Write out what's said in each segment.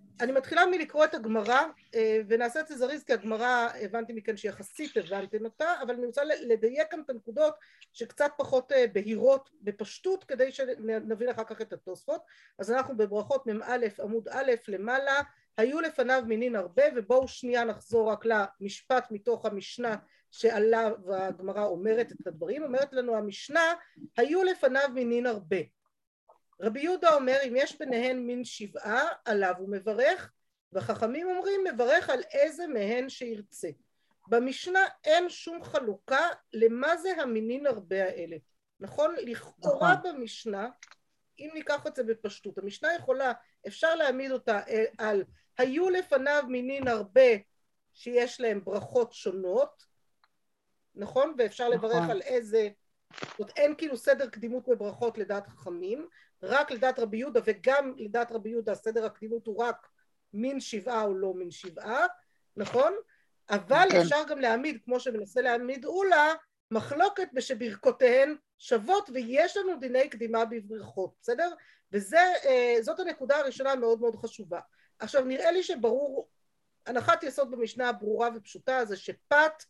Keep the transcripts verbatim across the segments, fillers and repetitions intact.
אני מתחילה מלקרוא את הגמרא, ונעשה את זה זריז, כי הגמרא הבנתי מכאן שיחסית הבנתם אותה, אבל אני רוצה לדייק כאן את הנקודות שקצת פחות בהירות בפשטות, כדי שנבין אחר כך את התוספות. אז אנחנו בברכות מ"א עמוד א' למעלה, היו לפניו מינין הרבה, ובואו שנייה נחזור רק למשפט מתוך המשנה שעליו הגמרא אומרת את הדברים. אומרת לנו המשנה, היו לפניו מינין הרבה. רבי יהודה אומר, אם יש ביניהן מין שבעה, עליו הוא מברך, והחכמים אומרים, מברך על איזה מהן שירצה. במשנה אין שום חלוקה למה זה המינין הרבה האלה. נכון? לכאורה במשנה, אם ניקח את זה בפשטות, המשנה יכולה, אפשר להעמיד אותה על, היו לפניו מינין הרבה שיש להם ברכות שונות, נכון? ואפשר לברך על איזה, זאת אומרת, אין כאילו סדר קדימות בברכות לדעת חכמים, רק לדעת רבי יהודה, וגם לדעת רבי יהודה סדר הקדימות הוא רק מין שבעה או לא מין שבעה, נכון? אבל כן. אפשר גם להעמיד, כמו שמנסה להעמיד אולה, מחלוקת בשברכותיהן שוות, ויש לנו דיני קדימה בברכות, בסדר? וזאת הנקודה הראשונה מאוד מאוד חשובה. עכשיו נראה לי שברור, הנחת יסוד במשנה הברורה ופשוטה זה שפת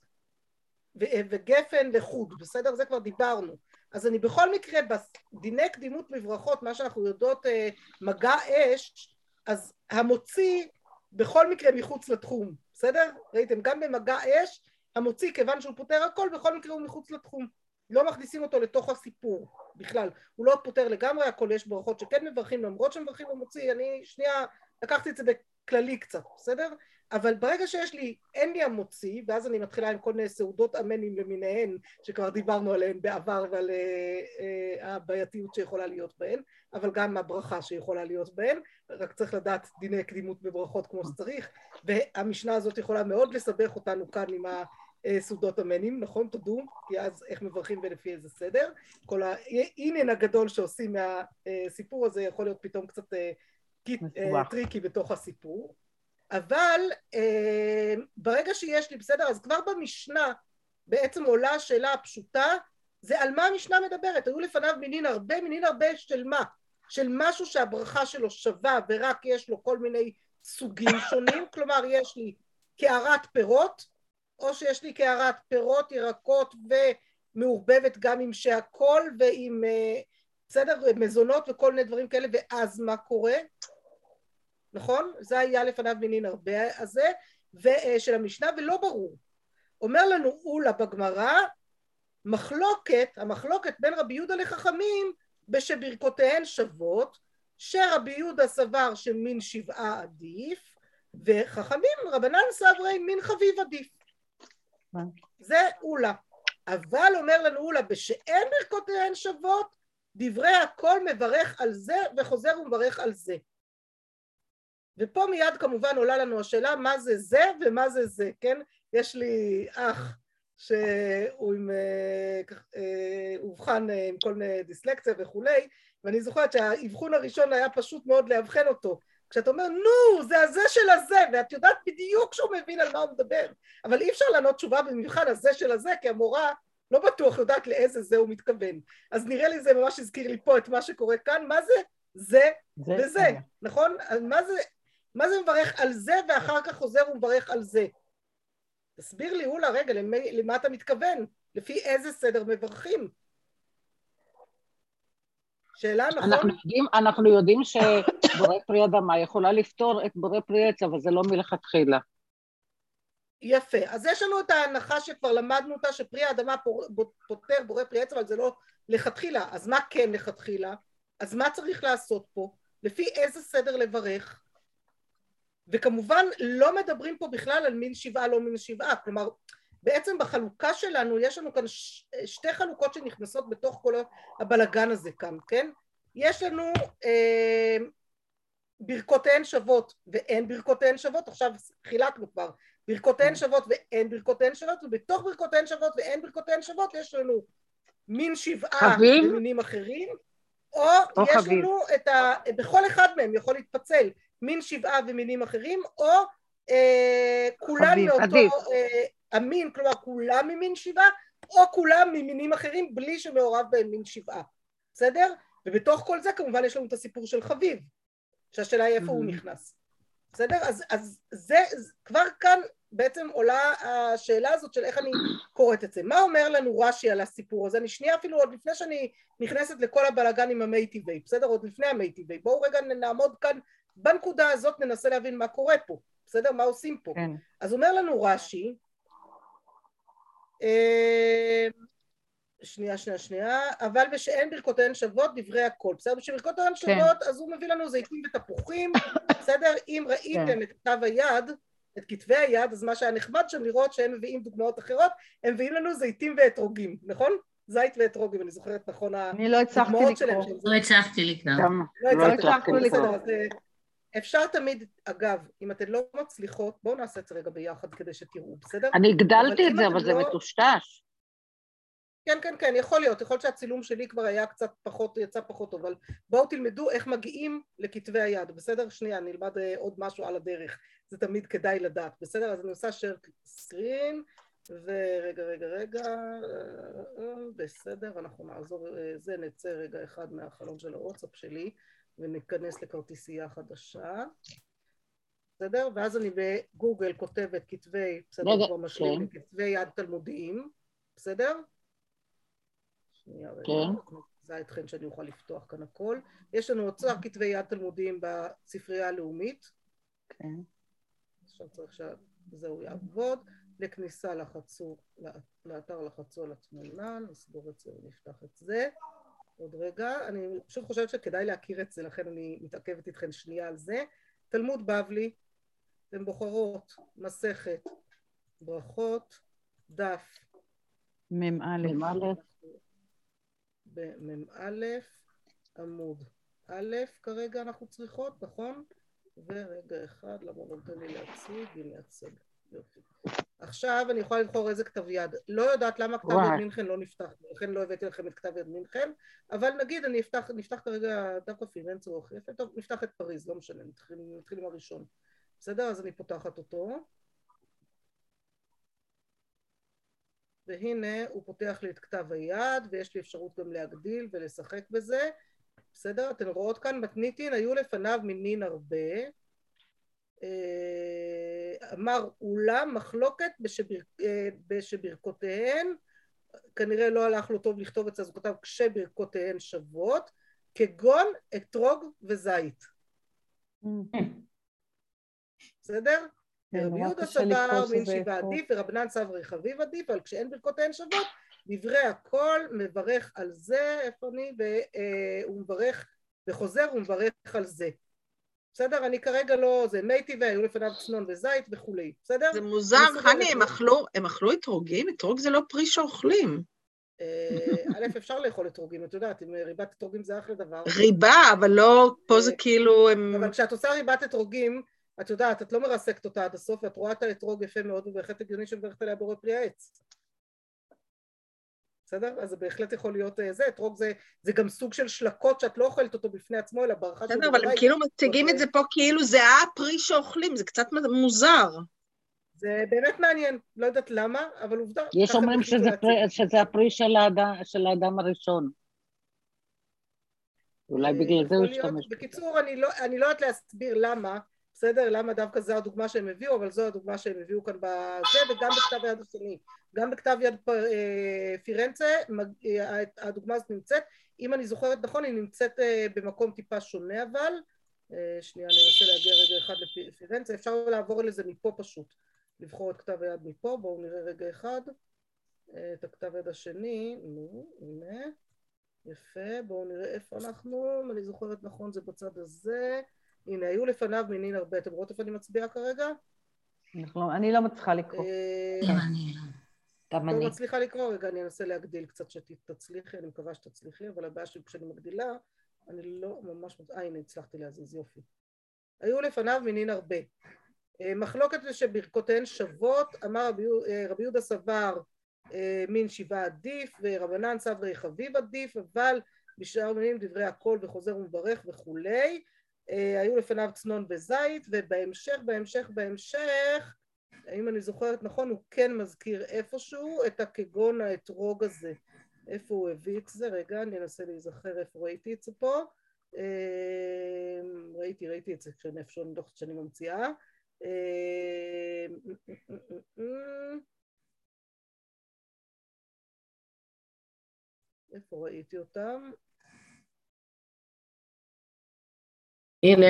וגפן לחוד, בסדר? זה כבר דיברנו. אז אני בכל מקרה בדיני קדימות בברכות, מה שאנחנו יודעות מגע אש, אז המוציא בכל מקרה מחוץ לתחום, בסדר? ראיתם? גם במגע אש, המוציא כיוון שהוא פותר הכל, בכל מקרה הוא מחוץ לתחום. לא מכניסים אותו לתוך הסיפור בכלל. הוא לא פותר לגמרי הכל, יש ברכות שכן מברכים, למרות שמברכים במוציא, אני שנייה לקחתי את זה בכללי קצת, בסדר? אבל ברגע שיש לי, אין לי המוציא, ואז אני מתחילה עם כל מיני סעודות אמנים למיניהן, שכבר דיברנו עליהן בעבר, ועל uh, uh, הבעייתיות שיכולה להיות בהן, אבל גם הברכה שיכולה להיות בהן, רק צריך לדעת דיני קדימות בברכות כמו שצריך, והמשנה הזאת יכולה מאוד לסבך אותנו כאן עם הסעודות אמנים, נכון? תודו, כי אז איך מברכים ולפי איזה סדר, כל העניין הגדול שעושים מהסיפור הזה יכול להיות פתאום קצת uh, טריקי בתוך הסיפור, אבל אה, ברגע שיש לי, בסדר, אז כבר במשנה בעצם עולה השאלה הפשוטה, זה על מה המשנה מדברת. היו לפניו מינין הרבה, מינין הרבה של מה? של משהו שהברכה שלו שווה ורק יש לו כל מיני סוגים שונים, כלומר יש לי קערת פירות, או שיש לי קערת פירות, ירקות ומעורבבת גם עם שהכל ועם, אה, בסדר, מזונות וכל מיני דברים כאלה, ואז מה קורה? נכון? זה היה לפניו מינין הרבה הזה של המשנה, ולא ברור. אומר לנו אולה בגמרא, מחלוקת, המחלוקת בין רבי יהודה לחכמים בשברכותיהן שוות, שרבי יהודה סבר שמין שבעה עדיף, וחכמים רבנן סברי מין חביב עדיף. זה אולה. אבל אומר לנו אולה, בשאין ברכותיהן שוות, דברי הכל מברך על זה וחוזר ומברך על זה. ופה מיד כמובן עולה לנו השאלה מה זה זה ומה זה זה, כן? יש לי אח שהוא עם, אובחן עם כל מיני דיסלקציה וכולי, ואני זוכרת שהאבחון הראשון היה פשוט מאוד להבחן אותו. כשאתה אומר, נו, זה הזה של הזה, ואת יודעת בדיוק שהוא מבין על מה הוא מדבר, אבל אי אפשר לענות תשובה במבחן הזה של הזה, כי המורה לא בטוח יודעת לאיזה זה הוא מתכוון. אז נראה לי זה ממש הזכיר לי פה את מה שקורה כאן, מה זה זה, זה וזה, זה. נכון? מה זה... מה זה מברך על זה ואחר כך חוזר ומברך על זה? תסביר לי אולה רגע למה, למה אתה מתכוון? לפי איזה סדר מברכים? שאלה נכון? אנחנו יודעים, אנחנו יודעים שבורא פרי אדמה יכולה לפתור את בורא פרי עץ, אבל זה לא מלכתחילה. יפה, אז יש לנו את ההנחה שכבר למדנו אותה שפרי האדמה פותר בורא פרי עץ, אבל זה לא לכתחילה. אז מה כן לכתחילה? אז מה צריך לעשות פה? לפי איזה סדר לברך? וכמובן לא מדברים פה בכלל על מין שבעה לא מין שבעה, כלומר בעצם בחלוקה שלנו יש לנו כאן שתי חלוקות שנכנסות בתוך כל הבלגן הזה כאן, כן? יש לנו אה, ברכותיהן שוות ואין ברכותיהן שוות, עכשיו חילקנו כבר, ברכותיהן שוות ואין ברכותיהן שוות, ובתוך ברכותיהן שוות ואין ברכותיהן שוות יש לנו מין שבעה ומינים אחרים, או, או יש חביב. לנו את ה... בכל אחד מהם יכול להתפצל מין שבעה ומינים אחרים, או אה, כולם חביב, מאותו אה, המין, כלומר כולם ממין שבעה, או כולם ממינים אחרים בלי שמעורב בהם מין שבעה, בסדר? ובתוך כל זה כמובן יש לנו את הסיפור של חביב, שהשאלה היא איפה mm-hmm. הוא נכנס. בסדר? אז, אז זה, כבר כאן בעצם עולה השאלה הזאת של איך אני קוראת את זה. מה אומר לנו רש"י על הסיפור הזה? אני שנייה אפילו עוד לפני שאני נכנסת לכל הבלגן עם המייטיבי, בסדר? עוד לפני המייטיבי. בואו רגע נעמוד כאן בנקודה הזאת, ננסה להבין מה קורה פה, בסדר? מה עושים פה? כן. אז אומר לנו רש"י, אה, שנייה, שנייה, שנייה, אבל בשאין ברכותיהן שוות דברי הכל, בסדר? בשברכותיהן שוות, כן. אז הוא מביא לנו זיתים ותפוחים, בסדר? אם ראיתם כן. את כתב היד, את כתבי היד, אז מה שהיה נחמד שם לראות שהם מביאים דוגמאות אחרות, הם מביאים לנו זיתים ואתרוגים, נכון? זית ואתרוגים, אני זוכרת נכון, אני לא הצלחתי לקרוא. לא הצלחתי לקרוא. לא הצלחתי לקרוא. אפשר תמיד, אגב, אם אתן לא מצליחות, בואו נעשה את זה רגע ביחד כדי שתראו, בסדר? אני הגדלתי את זה, אבל זה מטושטש. כן, כן, כן, יכול להיות, יכול להיות שהצילום שלי כבר היה קצת פחות, יצא פחות טוב, אבל בואו תלמדו איך מגיעים לכתבי היד, בסדר? שנייה, נלמד עוד משהו על הדרך, זה תמיד כדאי לדעת, בסדר? אז אני עושה share screen, ורגע, רגע, רגע, בסדר, אנחנו נעזור, זה נצא רגע אחד מהחלון של הוואטסאפ שלי, וניכנס לכרטיסייה חדשה, בסדר? ואז אני בגוגל כותבת כתבי, בסדר, כבר משלים, כתבי יד תלמודיים, בסדר? שנייה רגע, זה אתכן שאני אוכל לפתוח כאן הכל. יש לנו אוצר כתבי יד תלמודיים בספרייה הלאומית. כן. עכשיו צריך שזהו יעבוד. לכניסה לחצו, לאתר לחצו על התמונה, נסגור את זה ונפתח את זה. עוד רגע, אני פשוט חושבת שכדאי להכיר את זה, לכן אני מתעכבת איתכן שנייה על זה. תלמוד בבלי, אתן בוחרות, מסכת, ברכות, דף. ממ-א'. במ"א, עמוד א', כרגע אנחנו צריכות, נכון? ורגע אחד, למה לא נותן לי להציג, הנה הצג, יופי. עכשיו אני יכולה לבחור איזה כתב יד, לא יודעת למה כתב יד מינכן לא נפתח, לכן לא הבאתי לכם את כתב יד מינכן, אבל נגיד אני אפתח, נפתח כרגע דווקא פינרנצה או אחרי, טוב, נפתח את פריז, לא משנה, נתחיל, נתחיל עם הראשון. בסדר? אז אני פותחת אותו. והנה הוא פותח לי את כתב היד, ויש לי אפשרות גם להגדיל ולשחק בזה. בסדר? אתן רואות כאן, מתניתין, היו לפניו מנין הרבה. אמר אולם מחלוקת בשבר, בשברכותיהן, כנראה לא הלך לו טוב לכתוב את זה, אז הוא כתב כשברכותיהן שוות, כגון אתרוג וזית. בסדר? רבי יהודה סבר מין שבעה עדיף ורבנן סברי חביב עדיף, אבל כשאין ברכותיהן שוות, דברי הכל מברך על זה, איפה אני, והוא מברך, וחוזר ומברך על זה. בסדר? אני כרגע לא, זה מייטיבי, היו לפניו צנון וזית וכולי, בסדר? זה מוזר, חני, הם אכלו, הם אכלו אתרוגים? אתרוג זה לא פרי שאוכלים. א', אפשר לאכול אתרוגים, את יודעת, אם ריבת אתרוגים זה אחלה דבר. ריבה, אבל לא, פה זה כאילו... אבל כשאת עושה ריבת אתרוגים, את יודעת, את לא מרסקת אותה עד הסוף, ואת רואה את האתרוג יפה מאוד, ובהחלט הגיוני שמברכת עליה בורא פרי העץ. בסדר? אז זה בהחלט יכול להיות זה, אתרוג זה, זה גם סוג של שלקות שאת לא אוכלת אותו בפני עצמו, אלא ברכה של... בסדר, אבל הם כאילו מציגים את זה פה כאילו זה הפרי שאוכלים, זה קצת מוזר. זה באמת מעניין, לא יודעת למה, אבל עובדה. יש אומרים שזה, פרי, שזה הפרי של האדם, של האדם הראשון. אולי בגלל זה הוא השתמש. בקיצור, אני לא, אני לא יודעת להסביר למה, בסדר? למה דווקא זו הדוגמה שהם הביאו, אבל זו הדוגמה שהם הביאו כאן בזה, וגם בכתב היד השני. גם בכתב יד פירנצה, הדוגמה הזאת נמצאת, אם אני זוכרת נכון, היא נמצאת במקום טיפה שונה, אבל, שנייה, אני אנסה להגיע רגע אחד לפירנצה, אפשר לעבור לזה מפה פשוט, לבחור את כתב היד מפה, בואו נראה רגע אחד, את הכתב היד השני, נו, הנה, יפה, בואו נראה איפה אנחנו, אם אני זוכרת נכון, זה בצד הזה, הנה, היו לפניו מנין הרבה, אתם רואות איפה אני מצביעה כרגע? אני לא מצליחה לקרוא. גם אני. לא מצליחה לקרוא, רגע, אני אנסה להגדיל קצת שתצליחי, אני מקווה שתצליחי, אבל הבעיה שלי כשאני מגדילה, אני לא ממש... אה, הנה, הצלחתי להזיז, יופי. היו לפניו מנין הרבה. מחלוקת שברכותיהן שוות, אמר רבי יהודה סבר מין שבעה עדיף, ורבנן סברי חביב עדיף, אבל בשאר מינים דברי הכל וחוזר ומברך וכולי. היו לפניו צנון וזית, ובהמשך, בהמשך, בהמשך, אם אני זוכרת נכון, הוא כן מזכיר איפשהו את הכגון האתרוג הזה. איפה הוא הביא את זה? רגע, אני אנסה להיזכר איפה ראיתי את זה פה. ראיתי, ראיתי את זה כשנפשון, אני לא חושבת שאני ממציאה. איפה ראיתי אותם? הנה,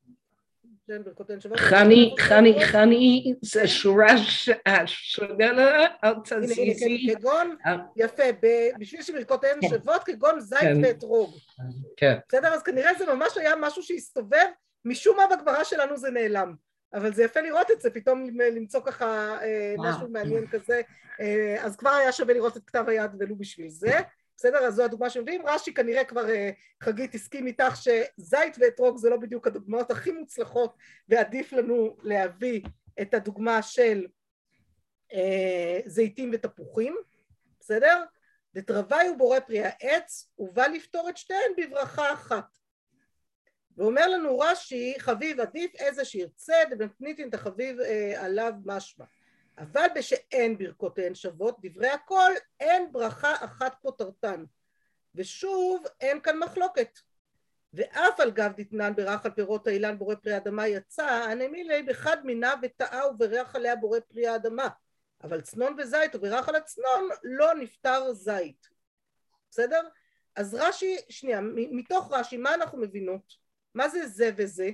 חני, חני, חני, זה שורה שונה, אל תזיזי. כגון, יפה, בשביל שברכותיהן שוות, כגון זית ואתרוג. כן. בסדר? אז כנראה זה ממש היה משהו שהסתובב, משום מה בגמרא שלנו זה נעלם. אבל זה יפה לראות את זה, פתאום למצוא ככה משהו מעניין כזה, אז כבר היה שווה לראות את כתב היד ולו בשביל זה. בסדר? אז זו הדוגמה שמביאים. רש"י כנראה כבר חגית הסכים איתך שזית ואתרוג זה לא בדיוק הדוגמאות הכי מוצלחות, ועדיף לנו להביא את הדוגמה של אה, זיתים ותפוחים, בסדר? דתרווי ובורא פרי העץ, ובא לפתור את שתיהן בברכה אחת. ואומר לנו רש"י, חביב עדיף איזה שירצה, דבנתניתין את החביב אה, עליו משמע. אבל בשאין ברכותיהן שוות, דברי הכל, אין ברכה אחת פותרתן. ושוב, אין כאן מחלוקת. ואף על גב דתנן ברך על פירות האילן בורא פרי האדמה יצא, הנמילי בחד מינה וטעה וברך עליה בורא פרי האדמה. אבל צנון וזית וברך על הצנון לא נפטר זית. בסדר? אז רש"י, שנייה, מתוך רש"י, מה אנחנו מבינות? מה זה זה וזה?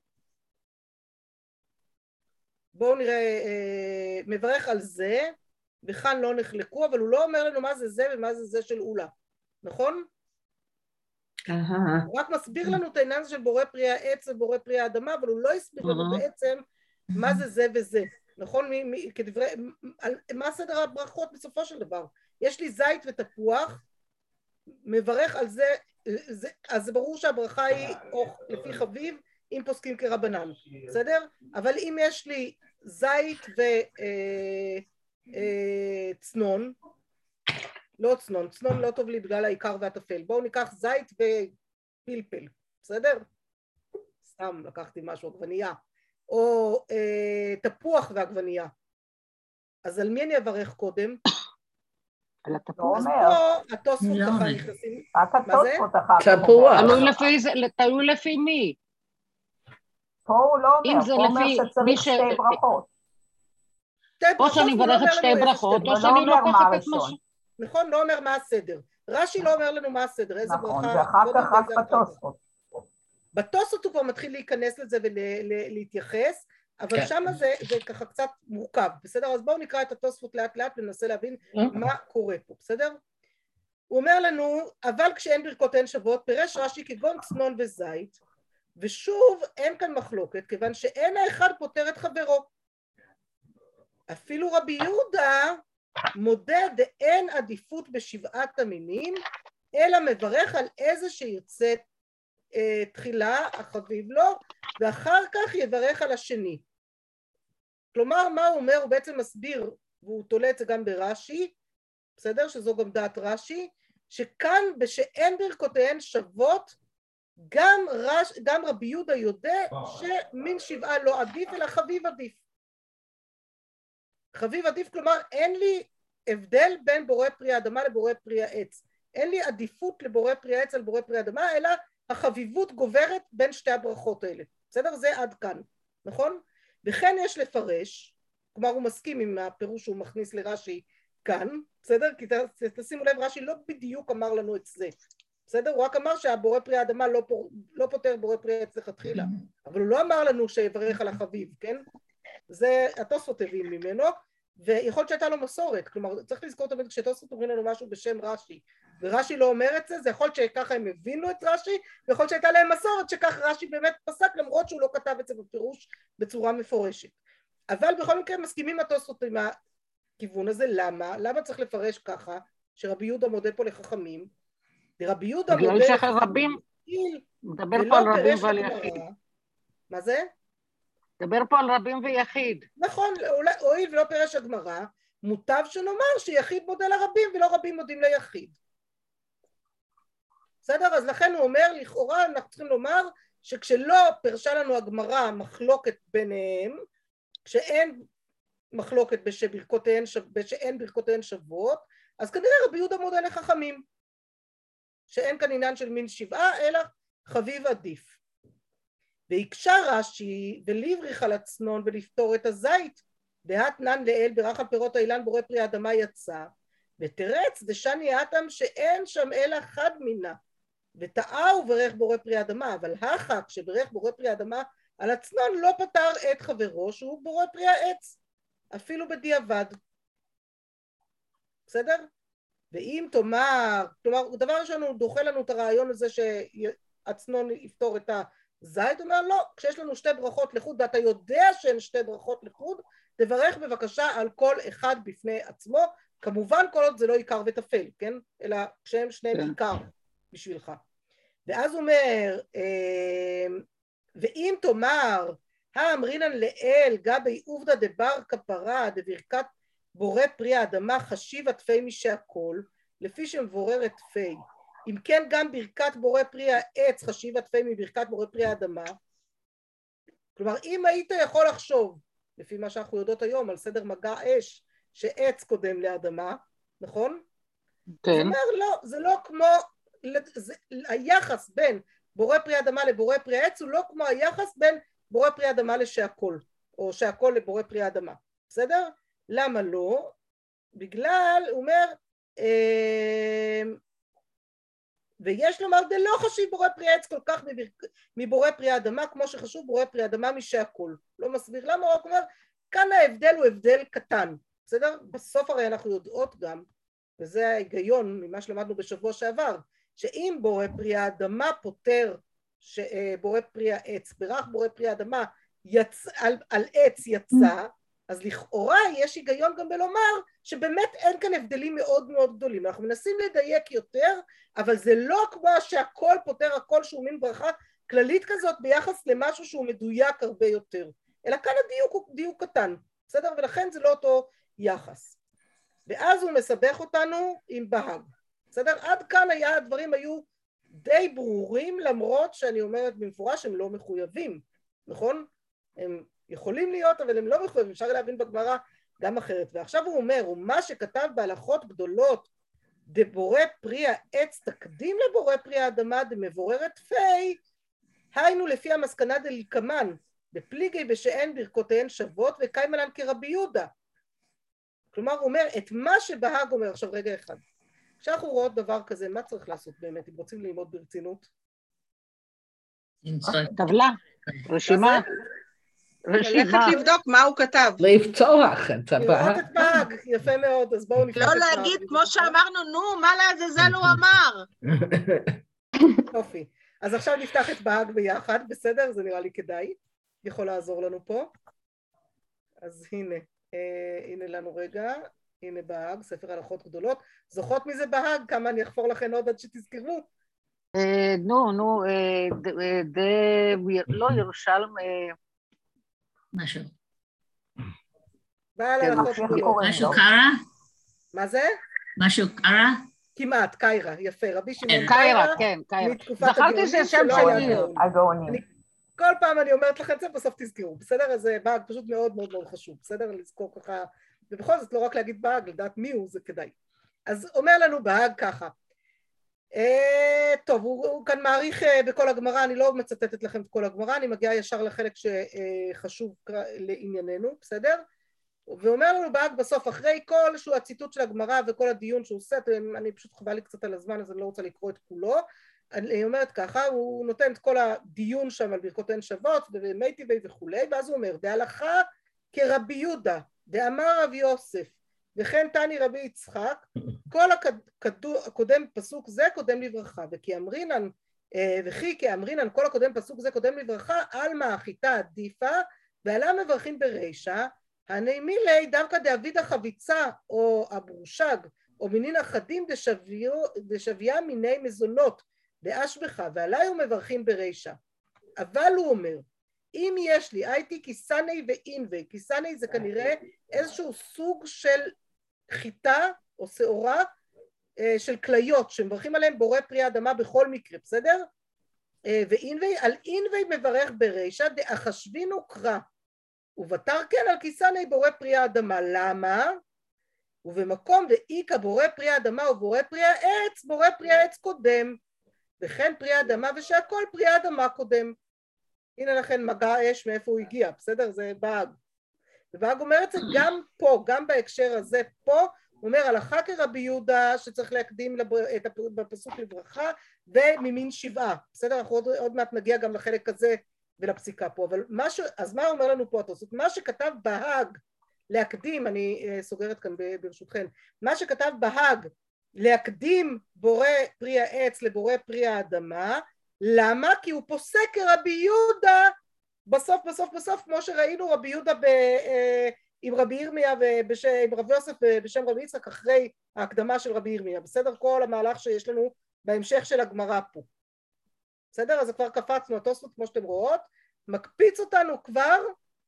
בואו נראה, אה, מברך על זה, וכאן לא נחלקו, אבל הוא לא אומר לנו מה זה זה ומה זה זה של אולה, נכון? הוא רק מסביר לנו את העניין של בורא פרי העץ ובורא פרי האדמה, אבל הוא לא הסביר לנו בעצם מה זה זה וזה, נכון? מ, מ, כדברי, מה סדר הברכות בסופו של דבר? יש לי זית ותפוח, מברך על זה, זה אז זה ברור שהברכה היא או לפי חביב, אם פוסקים כרבנן, בסדר? אבל אם יש לי זית וצנון, לא צנון, צנון לא טוב לי בגלל העיקר והטפל, בואו ניקח זית ופלפל, בסדר? סתם לקחתי משהו, עגבנייה, או תפוח ועגבנייה, אז על מי אני אברך קודם? על התפוח. אז פה התוספות ככה נכנסים, מה זה? תפוח. תלוי לפי מי. פה הוא לא אומר, פה הוא אומר שצריך שתי ברכות. או שאני מברכת שתי ברכות, או שאני לוקחת את משהו. נכון, לא אומר מה הסדר. רש"י לא אומר לנו מה הסדר, איזה ברכה. נכון, ואחר כך רק בתוספות. בתוספות הוא כבר מתחיל להיכנס לזה ולהתייחס, אבל שם זה ככה קצת מורכב, בסדר? אז בואו נקרא את התוספות לאט לאט וננסה להבין מה קורה פה, בסדר? הוא אומר לנו, אבל כשאין ברכותיהן שוות, פירש רש"י כגון צנון וזית, ושוב אין כאן מחלוקת, כיוון שאין האחד פותר את חברו. אפילו רבי יהודה מודה דאין עדיפות בשבעת המינים, אלא מברך על איזה שירצה אה, תחילה החביב לו, ואחר כך יברך על השני. כלומר, מה הוא אומר? הוא בעצם מסביר, והוא תולה את זה גם ברש"י, בסדר? שזו גם דעת רש"י, שכאן בשאין ברכותיהן שוות, גם, רש, גם רבי יהודה יודע שמין שבעה לא עדיף, אלא חביב עדיף. חביב עדיף, כלומר, אין לי הבדל בין בורא פרי האדמה לבורא פרי העץ. אין לי עדיפות לבורא פרי העץ על בורא פרי האדמה, אלא החביבות גוברת בין שתי הברכות האלה. בסדר? זה עד כאן, נכון? וכן יש לפרש, כלומר הוא מסכים עם הפירוש שהוא מכניס לרש"י כאן, בסדר? כי תשימו לב, רש"י לא בדיוק אמר לנו את זה. בסדר? הוא רק אמר שהבורא פרי האדמה לא, פור... לא פותר בורא פרי העץ לכתחילה, אבל הוא לא אמר לנו שיברך על החביב, כן? זה התוספות הביאים ממנו, ויכול להיות שהייתה לו מסורת, כלומר צריך לזכור תמיד כשתוספות אומרים לנו משהו בשם רש"י, ורש"י לא אומר את זה, זה יכול להיות שככה הם הבינו את רש"י, ויכול להיות שהייתה להם מסורת שכך רש"י באמת פסק, למרות שהוא לא כתב את זה בפירוש בצורה מפורשת. אבל בכל מקרה מסכימים התוספות עם הכיוון הזה, למה? למה צריך לפרש ככה, שרבי יהודה מודה פה לחכמים, ורבי יהודה מודה לחכמים, מדבר פה על רבים ועל יחיד. מה זה? דבר פה על רבים ויחיד. נכון, הואיל ולא פירש הגמרא, מוטב שנאמר שיחיד מודה לרבים ולא רבים מודים ליחיד. בסדר? אז לכן הוא אומר, לכאורה אנחנו צריכים לומר שכשלא פירשה לנו הגמרא מחלוקת ביניהם, כשאין מחלוקת בשברכותיהן, בשאין ברכותיהן שוות, אז כנראה רבי יהודה מודה לחכמים, שאין כאן עניין של מין שבעה, אלא חביב עדיף. והקשה רש"י ולבריך על הצנון ולפתור את הזית, דהתנן לאל ברך על פירות האילן בורא פרי האדמה יצא, ותרץ דשני אטם שאין שם אלא חד מינה, וטעה וברך בורא פרי האדמה, אבל החק שברך בורא פרי האדמה על הצנון לא פתר את חברו שהוא בורא פרי העץ, אפילו בדיעבד. בסדר? ואם תאמר, כלומר, דבר ראשון הוא דוחה לנו את הרעיון הזה שהצנון יפתור את הזית, הוא אומר לא, כשיש לנו שתי ברכות לחוד, ואתה יודע שהן שתי ברכות לחוד, תברך בבקשה על כל אחד בפני עצמו, כמובן כל עוד זה לא עיקר וטפל, כן? אלא כשהם שניהם כן. עיקר בשבילך. ואז הוא אומר, ואם תאמר, האמרינן לאל גבי עובדא דבר כפרה דברכת בורא פרי האדמה חשיב התפי משהכל, לפי שמבורר את תפי. אם כן גם ברכת בורא פרי העץ חשיב התפי מברכת בורא פרי האדמה. כלומר, אם היית יכול לחשוב, לפי מה שאנחנו יודעות היום, על סדר מגע אש, שעץ קודם לאדמה, נכון? כן. זאת אומרת, לא, זה לא כמו, זה, היחס בין בורא פרי האדמה לבורא פרי העץ, הוא לא כמו היחס בין בורא פרי האדמה לשהכל, או שהכל לבורא פרי האדמה. בסדר? למה לא? בגלל, הוא אומר, אה, ויש לומר, זה לא חשיב בורא פרי העץ כל כך מבורא פרי האדמה, כמו שחשוב בורא פרי האדמה משהכל. לא מסביר למה, הוא אומר, כאן ההבדל הוא הבדל קטן. בסדר? בסוף הרי אנחנו יודעות גם, וזה ההיגיון ממה שלמדנו בשבוע שעבר, שאם בורא פרי האדמה פותר שבורא פרי העץ, ברך בורא פרי האדמה יצ... על, על עץ יצא, אז לכאורה יש היגיון גם בלומר שבאמת אין כאן הבדלים מאוד מאוד גדולים. אנחנו מנסים לדייק יותר, אבל זה לא כמו שהכל פותר הכל שהוא מין ברכה כללית כזאת ביחס למשהו שהוא מדויק הרבה יותר, אלא כאן הדיוק הוא דיוק קטן, בסדר? ולכן זה לא אותו יחס. ואז הוא מסבך אותנו עם בהג. בסדר? עד כאן היה, הדברים היו די ברורים, למרות שאני אומרת במפורש הם לא מחויבים, נכון? הם יכולים להיות, אבל הם לא מחויבים, אפשר להבין בגמרא גם אחרת. ועכשיו הוא אומר, ומה שכתב בהלכות גדולות, דבורא פרי העץ תקדים לבורא פרי האדמה, דמבוררת פי, היינו לפי המסקנה דלקמן, בפליגי בשאין ברכותיהן שוות, וקיימלן כרבי יהודה. כלומר, הוא אומר, את מה שבהג אומר, עכשיו רגע אחד, כשאנחנו רואות דבר כזה, מה צריך לעשות באמת, אם רוצים ללמוד ברצינות? טבלה, רשימה. ללכת לבדוק מה הוא כתב. לפתוח את הבהג. לראות את בהג, יפה מאוד, אז בואו נפתח את בהג. לא להגיד, כמו שאמרנו, נו, מה לעזאזל הוא אמר? יופי. אז עכשיו נפתח את בהג ביחד, בסדר? זה נראה לי כדאי. יכול לעזור לנו פה. אז הנה, הנה לנו רגע. הנה בהג, ספר הלכות גדולות. זוכות מזה בהג? כמה אני אחפור לכן עוד עד שתזכרו? נו, נו, לא ירושלם... משהו. בעל הלכות גדולות. משהו קרה? מה זה? משהו קרה? כמעט, קיירה, יפה. רבי שמעון קיירה, כן, קיירה. זכרתי שזה שם של עיר. כל פעם אני אומרת לכם את זה, בסוף תזכרו, בסדר? אז זה בהג פשוט מאוד מאוד מאוד חשוב, בסדר? לזכור ככה, ובכל זאת לא רק להגיד בהג, לדעת מי הוא, זה כדאי. אז אומר לנו בהג ככה, טוב, הוא כאן מעריך בכל הגמרא, אני לא מצטטת לכם את כל הגמרא, אני מגיעה ישר לחלק שחשוב לענייננו, בסדר? ואומר לנו בהג בסוף, אחרי כל שהוא הציטוט של הגמרא וכל הדיון שהוא עושה, אני פשוט חבל לי קצת על הזמן, אז אני לא רוצה לקרוא את כולו, אני אומרת ככה, הוא נותן את כל הדיון שם על ברכותיהן שוות ומי טבעי וכולי, ואז הוא אומר, דהלכה כרבי יהודה, דאמר רב יוסף, וכן תני רבי יצחק, כל הקודם פסוק זה קודם לברכה, וכי אמרינן, וכי כאמרינן כל הקודם פסוק זה קודם לברכה, עלמא החיטה עדיפה, ועלה מברכים ברישא, הנעימי לי דווקא דאביד החביצה או הברושג, או מינין אחדים דשוויה מיני מזונות, דאשבך, ועליי הוא מברכים ברישא. אבל הוא אומר, אם יש לי, הייתי כיסני ואינווי, כיסני זה כנראה איזשהו סוג של חיטה או שעורה של כליות, שמברכים עליהם בורא פרי האדמה בכל מקרה, בסדר? ואינווי, על אינווי מברך ברישא, דאחשבינו קרא, ובתר כן על כיסני בורא פרי האדמה. למה? ובמקום דאיקה בורא פרי האדמה ובורא פרי העץ, בורא פרי העץ קודם. וכן פרי אדמה ושהכל פרי אדמה קודם. הנה לכן מגע אש מאיפה הוא הגיע, בסדר? זה בהג. ובהג אומר את זה גם פה, גם בהקשר הזה פה, הוא אומר הלכה כרבי יהודה שצריך להקדים את הפסוק לברכה וממין שבעה, בסדר? אנחנו עוד, עוד מעט נגיע גם לחלק הזה ולפסיקה פה, אבל מה ש... אז מה אומר לנו פה התוספות? מה שכתב בהג להקדים, אני סוגרת כאן ברשותכן, מה שכתב בהג להקדים בורא פרי העץ לבורא פרי האדמה, למה? כי הוא פוסק כרבי יהודה בסוף בסוף בסוף, כמו שראינו רבי יהודה ב, אה, עם רבי ירמיה ועם רבי יוסף בשם רבי יצחק אחרי ההקדמה של רבי ירמיה, בסדר? כל המהלך שיש לנו בהמשך של הגמרא פה, בסדר? אז כבר קפצנו, התוספות כמו שאתם רואות, מקפיץ אותנו כבר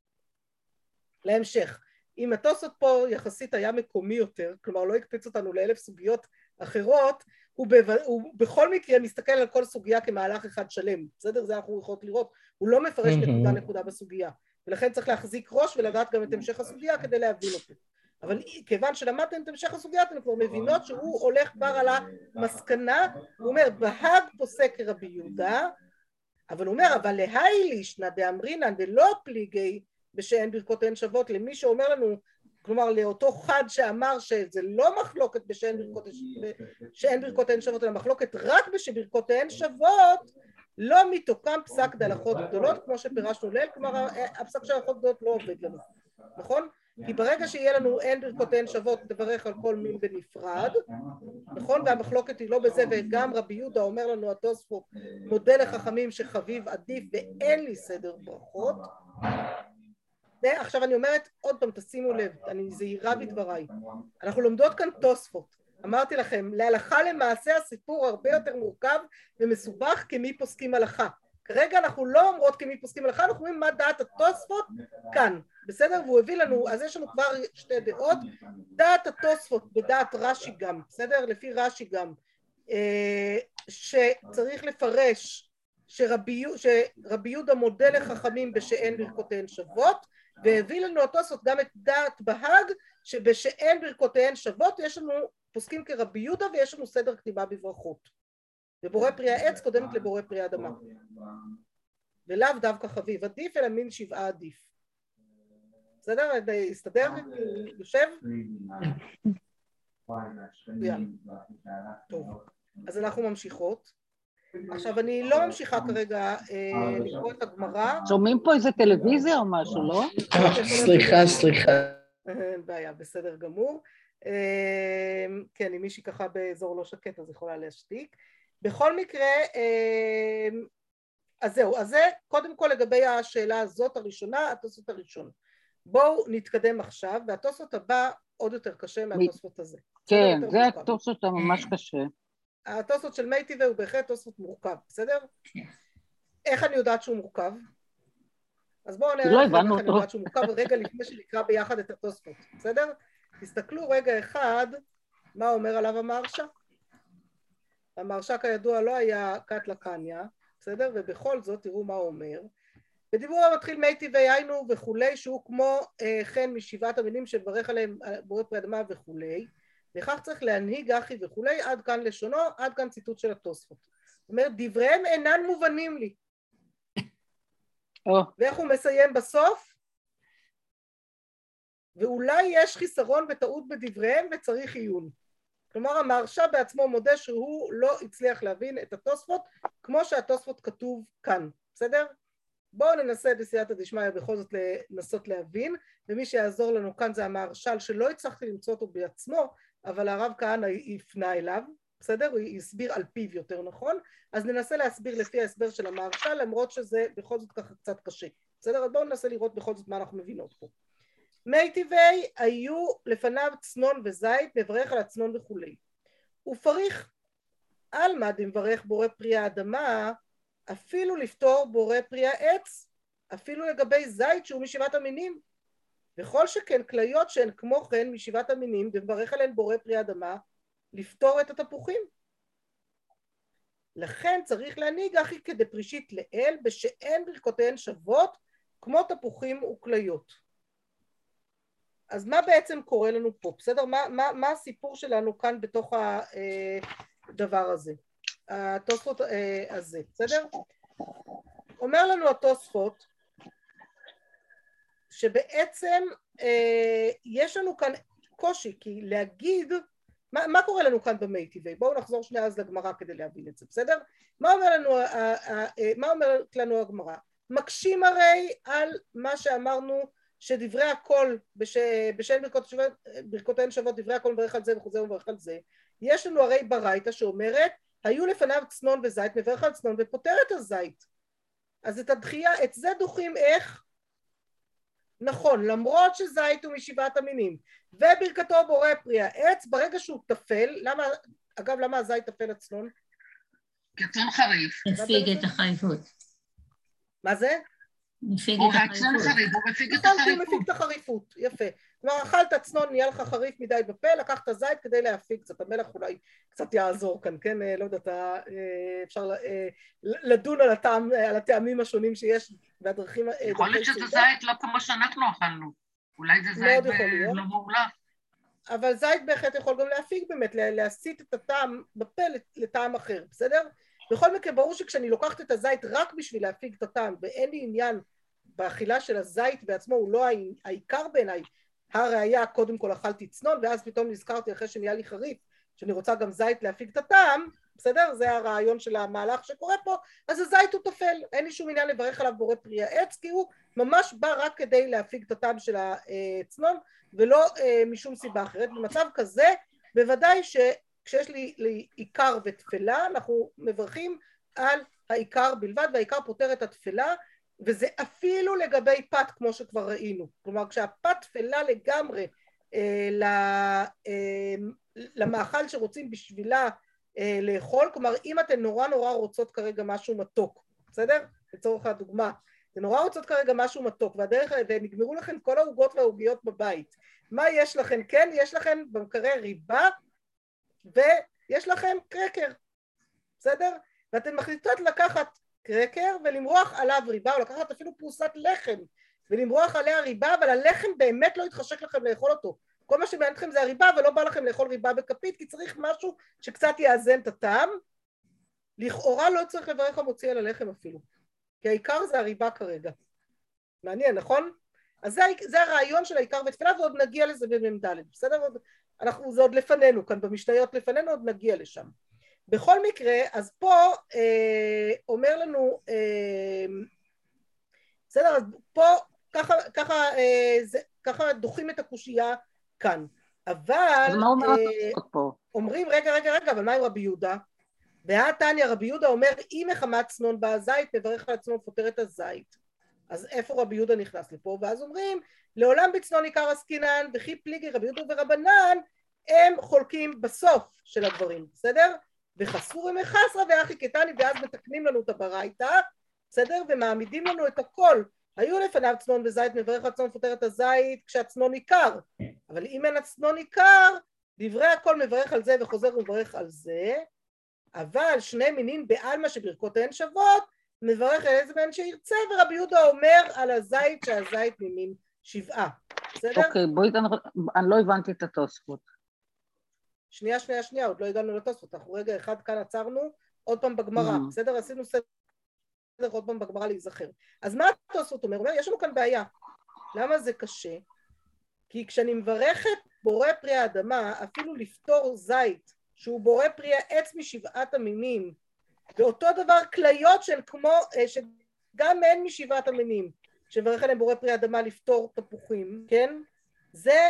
להמשך. אם התוספות פה יחסית היה מקומי יותר, כלומר לא יקפיץ אותנו לאלף סוגיות אחרות, הוא, בב... הוא בכל מקרה מסתכל על כל סוגיה כמהלך אחד שלם, בסדר? זה אנחנו יכולים לראות, הוא לא מפרש נקודה נקודה בסוגיה, ולכן צריך להחזיק ראש ולדעת גם את המשך הסוגיה כדי להבין אותו. אבל כיוון שלמדתם את המשך הסוגיה, אתם כבר מבינות שהוא הולך כבר על המסקנה, הוא אומר, בהג פוסק רבי יהודה, אבל הוא אומר, אבל להי לישנא דאמרינן דלא פליגי בשאין ברכותיהן שוות, למי שאומר לנו, כלומר לאותו חד שאמר שזה לא מחלוקת בשאין ברכות, שאין ברכותיהן שוות, אלא מחלוקת רק בשברכותיהן שוות, לא מתוקם פסק דהלכות גדולות, כמו שפירשנו ליל, כלומר הפסק של הלכות גדולות לא עובד לנו, נכון? כי ברגע שיהיה לנו אין ברכותיהן שוות, תברך על כל מין בנפרד, נכון? והמחלוקת היא לא בזה, וגם רבי יהודה אומר לנו התוספות, מודה לחכמים שחביב עדיף ואין לי סדר ברכות. עכשיו אני אומרת, עוד פעם תשימו לב, אני זהירה בדבריי, אנחנו לומדות כאן תוספות, אמרתי לכם, להלכה למעשה הסיפור הרבה יותר מורכב ומסובך כמי פוסקים הלכה. כרגע אנחנו לא אומרות כמי פוסקים הלכה, אנחנו אומרים מה דעת התוספות כאן, בסדר? והוא הביא לנו, אז יש לנו כבר שתי דעות, דעת התוספות בדעת רש"י גם, בסדר? לפי רש"י גם, שצריך לפרש שרבי, שרבי יהודה מודה לחכמים בשאין ברכותיהן שוות, והביא לנו התוספות גם את דעת בהג שבשאין ברכותיהן שוות יש לנו פוסקים כרבי יהודה ויש לנו סדר כתיבה בברכות, ובורא פרי העץ קודמת לבורא פרי האדמה, ולאו דווקא חביב עדיף אלא מין שבעה עדיף. בסדר? הסתדר? יושב? טוב, אז אנחנו ממשיכות. עכשיו אני לא ממשיכה כרגע לקרוא את הגמרא. שומעים פה איזה טלוויזיה או משהו, לא? סליחה, סליחה. אין בעיה, בסדר גמור. כן, אם מישהי ככה באזור לא שקט אז יכולה להשתיק. בכל מקרה, אז זהו, אז זה קודם כל לגבי השאלה הזאת הראשונה, התוספות הראשון. בואו נתקדם עכשיו, והתוספות הבא עוד יותר קשה מהתוספות הזה. כן, זה התוספות הממש קשה. התוספות של מי טבעי הוא בהחלט תוספות מורכב, בסדר? איך אני יודעת שהוא מורכב? אז בואו נראה לא איך אני אותו. יודעת שהוא מורכב רגע לפני שנקרא ביחד את התוספות, בסדר? תסתכלו רגע אחד מה אומר עליו המהרש"א. המהרש"א כידוע לא היה קט לקניה, בסדר? ובכל זאת תראו מה הוא אומר. בדיבור המתחיל מי טבעי היינו וכולי, שהוא כמו אה, חן משבעת המינים שברך עליהם בורא פרי אדמה וכולי, וכך צריך להנהיג אחי וכולי, עד כאן לשונו, עד כאן ציטוט של התוספות. זאת אומרת, דבריהם אינן מובנים לי. Oh. ואיך הוא מסיים בסוף? ואולי יש חיסרון וטעות בדבריהם וצריך עיון. כלומר, המהרש"א בעצמו מודה שהוא לא הצליח להבין את התוספות, כמו שהתוספות כתוב כאן, בסדר? בואו ננסה בסייעתא דשמיא בכל זאת לנסות להבין, ומי שיעזור לנו כאן זה המהרש"ל שלא הצלחתי למצוא אותו בעצמו, אבל הרב כהנא יפנה אליו, בסדר? הוא יסביר על פיו יותר נכון, אז ננסה להסביר לפי ההסבר של המהרש"ל, למרות שזה בכל זאת ככה קצת קשה, בסדר? אז בואו ננסה לראות בכל זאת מה אנחנו מבינות פה. מי טבעי היו לפניו צנון וזית, מברך על הצנון וכולי. ופריך עלמא דמברך בורא פרי האדמה, אפילו לפתור בורא פרי העץ, אפילו לגבי זית שהוא משבעת המינים, וכל שכן כליות שהן כמו כן משבעת המינים, דמברך עליהן בורא פרי האדמה, לפתור את התפוחים. לכן צריך להנהיג אחי כדפרישית לאל, בשאין ברכותיהן שוות, כמו תפוחים וכליות. אז מה בעצם קורה לנו פה? בסדר? מה, מה, מה הסיפור שלנו כאן בתוך הדבר הזה? התוספות הזה, בסדר? אומר לנו התוספות שבעצם יש לנו כאן קושי, כי להגיד, מה, מה קורה לנו כאן במייטיבי? בואו נחזור שנייה אז לגמרא כדי להבין את זה, בסדר? מה אומר לנו, מה אומרת לנו הגמרא? מקשים הרי על מה שאמרנו שדברי הכל, בשם ברכותיהן שוות, דברי הכל מברך על זה וחוזר ומברך על זה. יש לנו הרי ברייתא שאומרת, היו לפניו צנון וזית, מברך על צנון ופותר את הזית. אז את הדחייה, את זה דוחים איך? נכון, למרות שזית הוא משבעת המינים, וברכתו בורא פרי העץ, ברגע שהוא תפל, למה, אגב, למה הזית תפל הצנון? כצאן חריף. מפיג את החריפות. מה זה? מפיג הוא את הצאן החריפות. חריף, הוא מפיג את נכון, הוא החריפות. מפיג את החריפות, יפה. כלומר, אכלת צנון, נהיה לך חריף מדי בפה, לקחת זית כדי להפיג קצת, המלח אולי קצת יעזור כאן, כן? לא יודעת, אפשר לדון על הטעם, על הטעמים השונים שיש והדרכים... יכול להיות שזה זית לא כמו שאנחנו אכלנו. אולי זה זית לא מעולה. אבל זית בהחלט יכול גם להפיג באמת, להסיט את הטעם בפה לטעם אחר, בסדר? בכל מקרה, ברור שכשאני לוקחת את הזית רק בשביל להפיג את הטעם, ואין לי עניין באכילה של הזית בעצמו, הוא לא העיקר בעיניי, הראיה, קודם כל אכלתי צנון, ואז פתאום נזכרתי אחרי שנהיה לי חריף, שאני רוצה גם זית להפיג את הטעם, בסדר? זה הרעיון של המהלך שקורה פה, אז הזית הוא תפל, אין לי שום עניין לברך עליו בורא פרי העץ, כי הוא ממש בא רק כדי להפיג את הטעם של הצנון, ולא משום סיבה אחרת. במצב כזה, בוודאי שכשיש לי, לי עיקר ותפלה, אנחנו מברכים על העיקר בלבד, והעיקר פותר את התפלה, וזה אפילו לגבי פת, כמו שכבר ראינו. כלומר, כשהפת תפלה לגמרי אה, אה, למאכל שרוצים בשבילה אה, לאכול, כלומר, אם אתן נורא נורא רוצות כרגע משהו מתוק, בסדר? לצורך הדוגמה, אתן נורא רוצות כרגע משהו מתוק, והדרך, ונגמרו לכם כל העוגות והעוגיות בבית. מה יש לכם? כן, יש לכם במקרה ריבה, ויש לכם קרקר, בסדר? ואתן מחליטות לקחת קרקר ולמרוח עליו ריבה, או לקחת אפילו פרוסת לחם ולמרוח עליה ריבה, אבל הלחם באמת לא יתחשק לכם לאכול אותו. כל מה שמעניין אתכם זה הריבה, ולא בא לכם לאכול ריבה בכפית, כי צריך משהו שקצת יאזן את הטעם. לכאורה לא צריך לברך המוציא על הלחם אפילו, כי העיקר זה הריבה כרגע. מעניין, נכון? אז זה, זה הרעיון של העיקר ותפילה, ועוד נגיע לזה במ"ד, בסדר? אנחנו, זה עוד לפנינו, כאן במשניות לפנינו, עוד נגיע לשם. בכל מקרה, אז פה אה, אומר לנו, אה, בסדר, אז פה ככה, ככה, אה, זה, ככה דוחים את הקושייה כאן, אבל... אז מה אומר אה, פה? אומרים, רגע, רגע, רגע, אבל מה עם רבי יהודה? בהתניא רבי יהודה אומר, אם מחמת צנון בא הזית, מברך על הצנון פותר את הזית. אז איפה רבי יהודה נכנס לפה? ואז אומרים, לעולם בצנון עיקר עסקינן, וכי פליגי רבי יהודה ורבנן, הם חולקים בסוף של הדברים, בסדר? וחסורי מחסרה ואחי קטני, ואז מתקנים לנו את הברייתא, בסדר? ומעמידים לנו את הכל. היו לפניו צנון וזית, מברך על צנון פותר את הזית כשהצנון עיקר. אבל אם אין הצנון עיקר, דברי הכל מברך על זה וחוזר ומברך על זה, אבל שני מינים בעלמא שברכותיהן שוות, מברך על איזה מן שירצה, ורבי יהודה אומר על הזית שהזית ממין שבעה. בסדר? אוקיי, בואי, אני לא הבנתי את התוספות. שנייה, שנייה, שנייה, עוד לא הגענו לתוספות, אנחנו רגע אחד כאן עצרנו, עוד פעם בגמרא, mm. בסדר? עשינו סדר עוד פעם בגמרא להיזכר. אז מה התוספות אומר? אומר, יש לנו כאן בעיה. למה זה קשה? כי כשאני מברכת בורא פרי האדמה, אפילו לפתור זית, שהוא בורא פרי העץ משבעת המינים, ואותו דבר כליות שהן כמו, שגם אין משבעת המינים, שמברך עליהם בורא פרי האדמה לפתור תפוחים, כן? זה...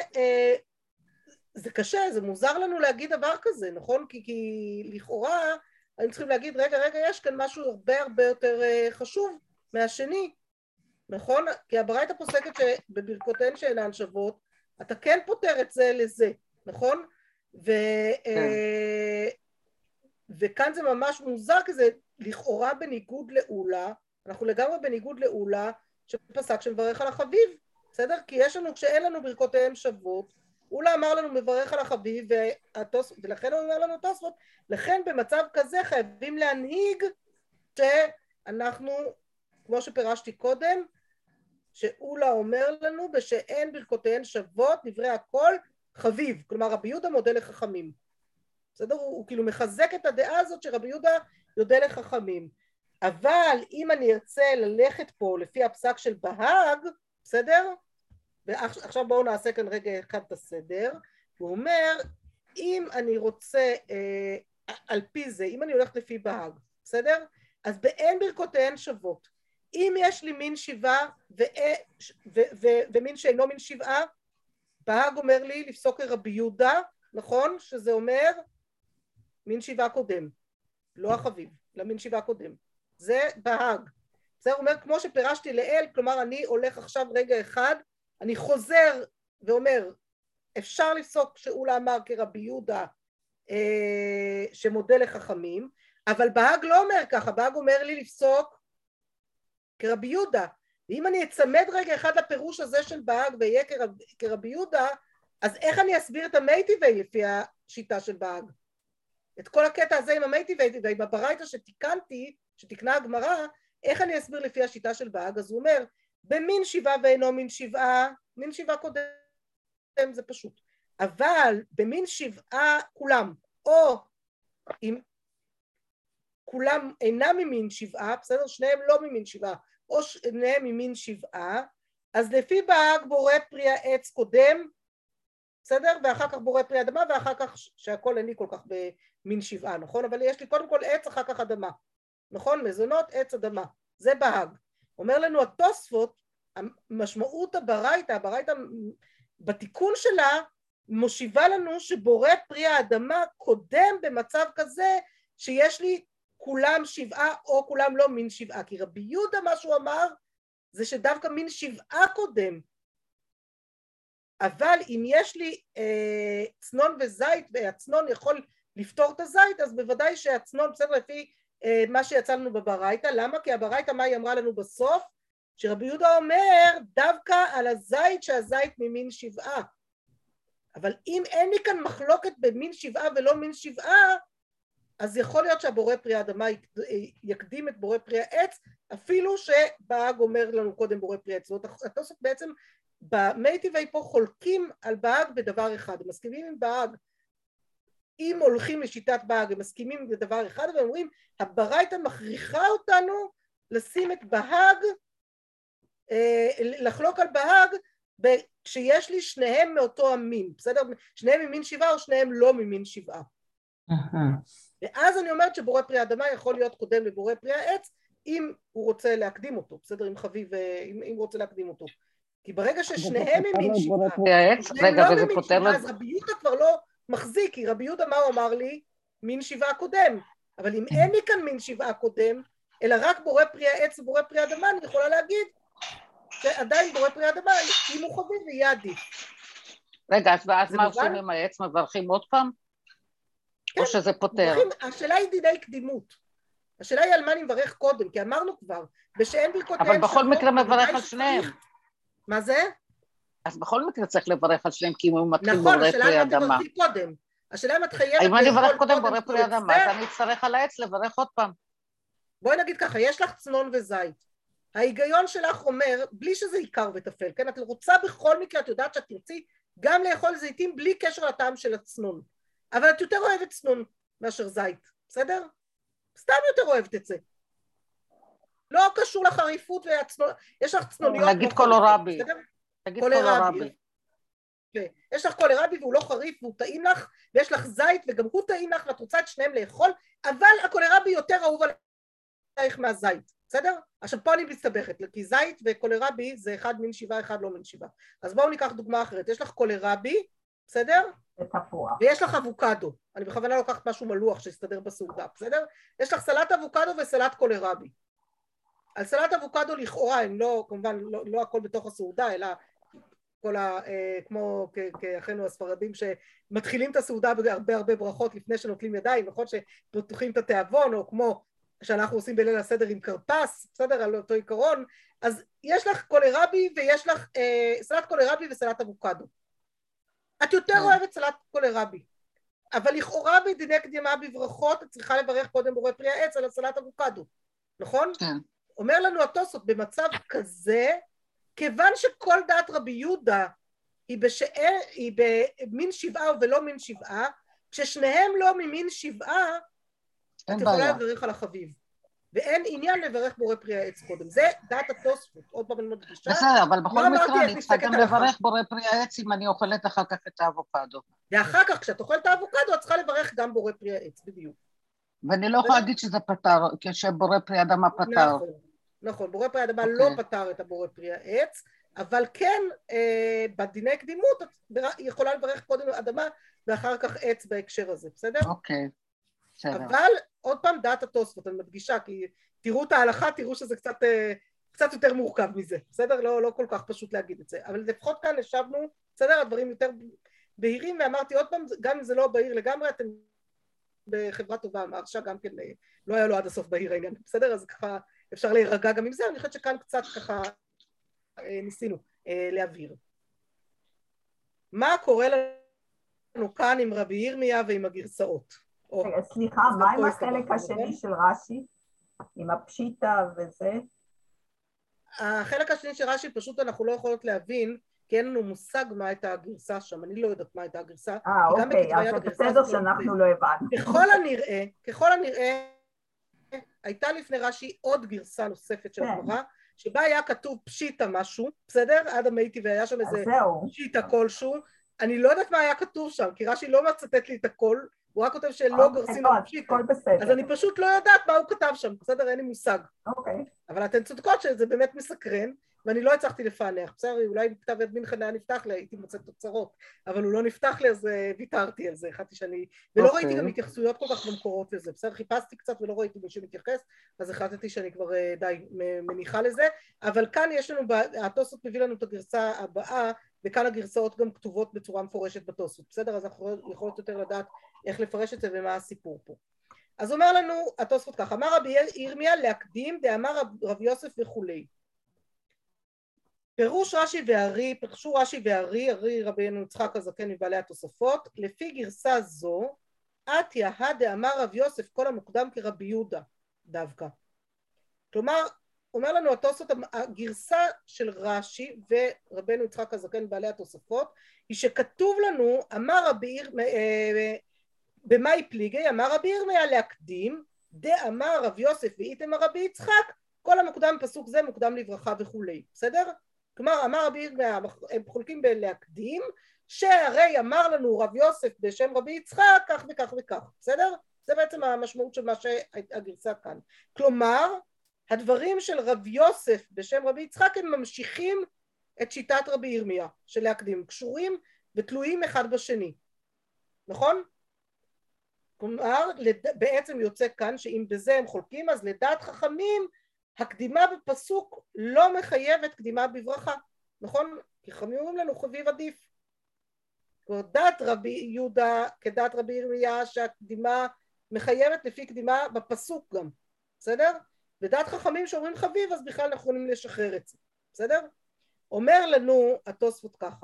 זה קשה, זה מוזר לנו להגיד דבר כזה, נכון? כי, כי לכאורה היינו צריכים להגיד, רגע, רגע, יש כאן משהו הרבה הרבה יותר חשוב מהשני, נכון? כי הברייתא פוסקת שבברכותיהן שאינן שוות, אתה כן פותר את זה לזה, נכון? ו, כן. וכאן זה ממש מוזר, כי זה לכאורה בניגוד לעולה, אנחנו לגמרי בניגוד לעולה, שפסק שמברך על החביב, בסדר? כי יש לנו, כשאין לנו ברכותיהן שוות, אולה אמר לנו מברך על החביב, והתוס... ולכן הוא אומר לנו תוספות, לכן במצב כזה חייבים להנהיג שאנחנו, כמו שפירשתי קודם, שאולה אומר לנו בשאין ברכותיהן שוות, דברי הכל חביב, כלומר רבי יהודה מודה לחכמים, בסדר? הוא, הוא כאילו מחזק את הדעה הזאת שרבי יהודה יודע לחכמים. אבל אם אני ארצה ללכת פה לפי הפסק של בהאג, בסדר? ועכשיו בואו נעשה כאן רגע אחד את הסדר. הוא אומר, אם אני רוצה, אה, על פי זה, אם אני הולכת לפי בהאג, בסדר? אז באין ברכותיהן שוות. אם יש לי מין שבעה ו- ו- ו- ומין שאינו מין שבעה, בהאג אומר לי לפסוק לרבי יהודה, נכון? שזה אומר מין שבעה קודם, לא החביב, למין שבעה קודם. זה בהאג. זה אומר כמו שפירשתי לאל, כלומר אני הולך עכשיו רגע אחד, אני חוזר ואומר, אפשר לפסוק שאולה אמר כרבי יהודה אה, שמודה לחכמים, אבל בהאג לא אומר ככה, בהאג אומר לי לפסוק כרבי יהודה. ואם אני אצמד רגע אחד לפירוש הזה של בהאג ויהיה כרב, כרבי יהודה, אז איך אני אסביר את המייטיבי לפי השיטה של בהאג? את כל הקטע הזה עם המייטיבי ועם הברייתא שתיקנתי, שתיקנה הגמרא, איך אני אסביר לפי השיטה של בהאג? אז הוא אומר, במין שבעה ואינו מין שבעה, מין שבעה קודם זה פשוט, אבל במין שבעה כולם, או אם כולם אינם ממין שבעה, בסדר? שניהם לא ממין שבעה, או שניהם ממין שבעה, אז לפי בהאג בורא פרי העץ קודם, בסדר? ואחר כך בורא פרי אדמה, ואחר כך שהכל אין לי כל כך במין שבעה, נכון? אבל יש לי קודם כל עץ, אחר כך אדמה, נכון? מזונות, עץ, אדמה, זה בהאג. אומר לנו התוספות, המשמעות הברייתא, הברייתא בתיקון שלה, מושיבה לנו שבורא פרי האדמה קודם במצב כזה, שיש לי כולם שבעה או כולם לא מין שבעה, כי רבי יהודה מה שהוא אמר, זה שדווקא מין שבעה קודם, אבל אם יש לי אה, צנון וזית, והצנון יכול לפתור את הזית, אז בוודאי שהצנון, בסדר לפי אה, מה שיצא לנו בברייתא, למה? כי הברייתא מה היא אמרה לנו בסוף? שרבי יהודה אומר דווקא על הזית שהזית ממין שבעה, אבל אם אין לי כאן מחלוקת במין שבעה ולא מין שבעה, אז יכול להיות שהבורא פרי האדמה יקדים את בורא פרי העץ, אפילו שבהאג אומר לנו קודם בורא פרי העץ. זאת אומרת, התוספות בעצם במייטיבי פה חולקים על בהאג בדבר אחד, הם מסכימים עם בהאג, אם הולכים לשיטת בהאג, הם מסכימים בדבר אחד, והם אומרים, הברייתא מכריחה אותנו לשים את בהאג, לחלוק על בהאג, כשיש לי שניהם מאותו המין, בסדר? שניהם ממין שבעה או שניהם לא ממין שבעה. ואז אני אומרת שבורא פרי האדמה יכול להיות קודם לבורא פרי העץ, אם הוא רוצה להקדים אותו, בסדר? אם חביב, אם, אם הוא רוצה להקדים אותו. כי ברגע ששניהם ממין שבעה, שניהם לא ממין שבעה, אז רבי יהודה כבר לא מחזיק, כי רבי יהודה מה הוא אמר לי? מין שבעה קודם. אבל אם אין לי כאן מין שבעה קודם, אלא רק בורא פרי העץ ובורא פרי האדמה, אני יכולה להגיד שעדיין בורא פרי האדמה, אם הוא חביב, יהיה עדיף. רגע, אז ואז מה עושים עם העץ? מברכים עוד פעם? או שזה פותר? השאלה היא דיני קדימות. השאלה היא על מה אני מברך קודם, כי אמרנו כבר, בשאין ברכותיהם... אבל בכל מקרה מברך על שניהם. מה זה? אז בכל מקרה צריך לברך על שניהם, כי הוא מתחיל בורא פרי אדמה. נכון, השאלה היא קודם. השאלה אם את חייבת... אם אני אברך קודם בורא פרי אדמה, אז אני אצטרך על העץ לברך עוד פעם. בואי נגיד ככה, יש לך צנון וזית. ההיגיון שלך אומר, בלי שזה עיקר וטפל, כן? את רוצה בכל מקרה, את יודעת שאת תרצי גם לאכול זיתים בלי קשר לטעם של הצנון. אבל את יותר אוהבת צנון מאשר זית, בסדר? סתם יותר אוהבת את זה. לא קשור לחריפות והצנון, יש לך צנוניות... נגיד קולורבי. נגיד קולורבי. יש לך קולרבי והוא לא חריף והוא טעים לך, ויש לך זית וגם הוא טעים לך ואת רוצה את שניהם לאכול, אבל הקולרבי יותר אהוב עלייך מהזית, בסדר? עכשיו פה אני מסתבכת, כי זית וקולרבי זה אחד מין שבעה, אחד לא מין שבעה. אז בואו ניקח דוגמה אחרת, יש לך קולרבי, בסדר? ויש לך אבוקדו, אני בכוונה לוקחת משהו מלוח שיסתדר בסעודה, בסדר? יש לך סלט אבוקדו וסלט קולרבי. על סלט אבוקדו לכאורה, הם לא, כמובן, לא, לא הכל בתוך הסעודה, אלא כל ה... אה, כמו כאחינו הספרדים שמתחילים את הסעודה בהרבה הרבה ברכות לפני שנוטלים ידיים, נכון? שפותחים את התיאבון, או כמו שאנחנו עושים בליל הסדר עם קרפס, בסדר? על אותו עיקרון, אז יש לך קולרבי ויש לך אה, סלט קולרבי וסלט אבוקדו. את יותר אוהבת סלט קולרבי, אבל לכאורה בדיני קדימה בברכות את צריכה לברך קודם בורא פרי העץ על הסלט אבוקדו, נכון? כן. אומר לנו התוספות, במצב כזה, כיוון שכל דעת רבי יהודה היא, בשאר, היא במין שבעה ולא מין שבעה, כששניהם לא ממין שבעה, את יכולה לברך על החביב. ואין עניין לברך בורא פרי העץ קודם. זה דעת התוספות, עוד פעם אני מדגישה. בסדר, אבל בכל מקרה אני צריכה גם לברך בורא פרי העץ אם אני אוכלת אחר כך את האבוקדו. ואחר כך כשאת אוכלת את האבוקדו, את צריכה לברך גם בורא פרי העץ, בדיוק. ואני לא יכולה להגיד שזה פתר, כשבורא פרי האדמה פתר. נכון, נכון, בורא פרי האדמה לא פתר את הבורא פרי העץ, אבל כן, בדיני קדימות, את יכולה לברך קודם אדמה, ואחר כך עץ בהקשר הזה, בסדר? אוקיי. אבל עוד פעם דעת התוספות, אני מדגישה, כי תראו את ההלכה, תראו שזה קצת, קצת יותר מורכב מזה, בסדר? לא, לא כל כך פשוט להגיד את זה, אבל לפחות כאן ישבנו, בסדר? הדברים יותר בהירים, ואמרתי עוד פעם, גם אם זה לא בהיר לגמרי, אתם בחברה טובה, המהרש"א גם כן לא היה לו עד הסוף בהיר העניין, בסדר? אז ככה אפשר להירגע גם עם זה, אני חושבת שכאן קצת ככה ניסינו להבהיר. מה קורה לנו כאן עם רבי ירמיה ועם הגרסאות? סליחה, מה עם החלק השני של רש"י? עם הפשיטה וזה? החלק השני של רש"י פשוט אנחנו לא יכולות להבין, כי אין לנו מושג מה הייתה הגרסה שם, אני לא יודעת מה הייתה הגרסה. אה, אוקיי, אז זה בסדר שאנחנו לא הבנו. ככל הנראה, ככל הנראה, הייתה לפני רש"י עוד גרסה נוספת של הגמרא, שבה היה כתוב פשיטה משהו, בסדר? אדם הייתי והיה שם איזה פשיטה כלשהו, אני לא יודעת מה היה כתוב שם, כי רש"י לא מצטט לי את הכל, הוא רק כותב שלא גורסים בפשיטה, אז אני פשוט לא יודעת מה הוא כתב שם, בסדר? אין לי מושג. אבל אתן צודקות שזה באמת מסקרן, ואני לא הצלחתי לפענח, בסדר? אולי אם כתב יד מינכן היה נפתח לי, הייתי מוצאת תוצרות, אבל הוא לא נפתח לי, אז ויתרתי על זה, החלטתי שאני, ולא ראיתי גם התייחסויות כל כך במקורות לזה, בסדר? חיפשתי קצת ולא ראיתי מישהו מתייחס, אז החלטתי שאני כבר די מניחה לזה, אבל כאן יש לנו, התוספות מביא לנו את הגרסה הבאה, וכאן הגרסאות גם כתובות בצורה מפורשת בתוספות, בסדר? אז אנחנו יכולות יותר לדעת איך לפרש את זה ומה הסיפור פה. אז אומר לנו התוספות ככה, אמר רבי ירמיה להקדים, דאמר רבי יוסף וכולי. פירוש רש"י והרי, פירשו רש"י והרי, הרי רבינו יצחק הזקן מבעלי התוספות, לפי גרסה זו, עתיה דאמר רבי יוסף כל המוקדם כרבי יהודה דווקא. כלומר, אומר לנו התוספות, הגרסה של רש"י ורבנו יצחק הזקן מבעלי התוספות, היא שכתוב לנו, אמר רבי ירמיה, במאי פליגי, אמר רבי ירמיה להקדים, דאמר רבי יוסף ואיתמר רבי יצחק, כל המוקדם פסוק זה מוקדם לברכה וכולי, בסדר? כלומר, אמר רבי ירמיה, הם חולקים בלהקדים, שהרי אמר לנו רבי יוסף בשם רבי יצחק, כך וכך וכך, בסדר? זה בעצם המשמעות של מה שהגרסה כאן. כלומר, הדברים של רבי יוסף בשם רבי יצחק הם ממשיכים את שיטת רבי ירמיה של להקדים, קשורים ותלויים אחד בשני, נכון? כלומר, בעצם יוצא כאן שאם בזה הם חולקים, אז לדעת חכמים, הקדימה בפסוק לא מחייבת קדימה בברכה, נכון? כי חכמים אומרים לנו חביב עדיף. דעת רבי יהודה כדעת רבי ירמיה שהקדימה מחייבת לפי קדימה בפסוק גם, בסדר? ודעת חכמים שאומרים חביב, אז בכלל אנחנו יכולים לשחרר את זה, בסדר? אומר לנו התוספות ככה,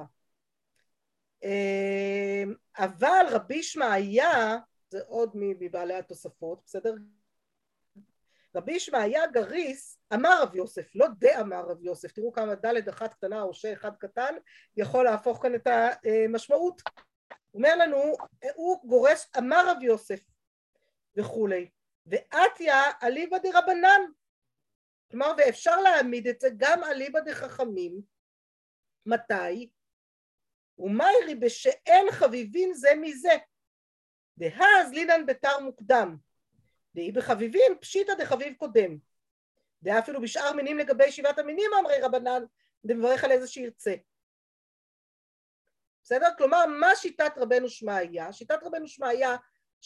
אבל רבי שמעיה, זה עוד מבעלי התוספות, בסדר? רבי שמעיה גריס, אמר רב יוסף, לא דאמר רב יוסף, תראו כמה דלת אחת קטנה או שאחד קטן, יכול להפוך כאן את המשמעות. הוא אומר לנו, הוא גורס, אמר רב יוסף וכולי, ועתיה אליבא דרבנן, כלומר, ואפשר להעמיד את זה גם אליבא דחכמים, מתי? ומיירי בשאין חביבין זה מזה, דהאז לינן בתר מוקדם, דהי בחביבין פשיטה דחביב קודם, דה אפילו בשאר מינים לגבי שבעת המינים אמרי רבנן, דמברך על איזה שירצה. בסדר? כלומר, מה שיטת רבנו שמעיה? שיטת רבנו שמעיה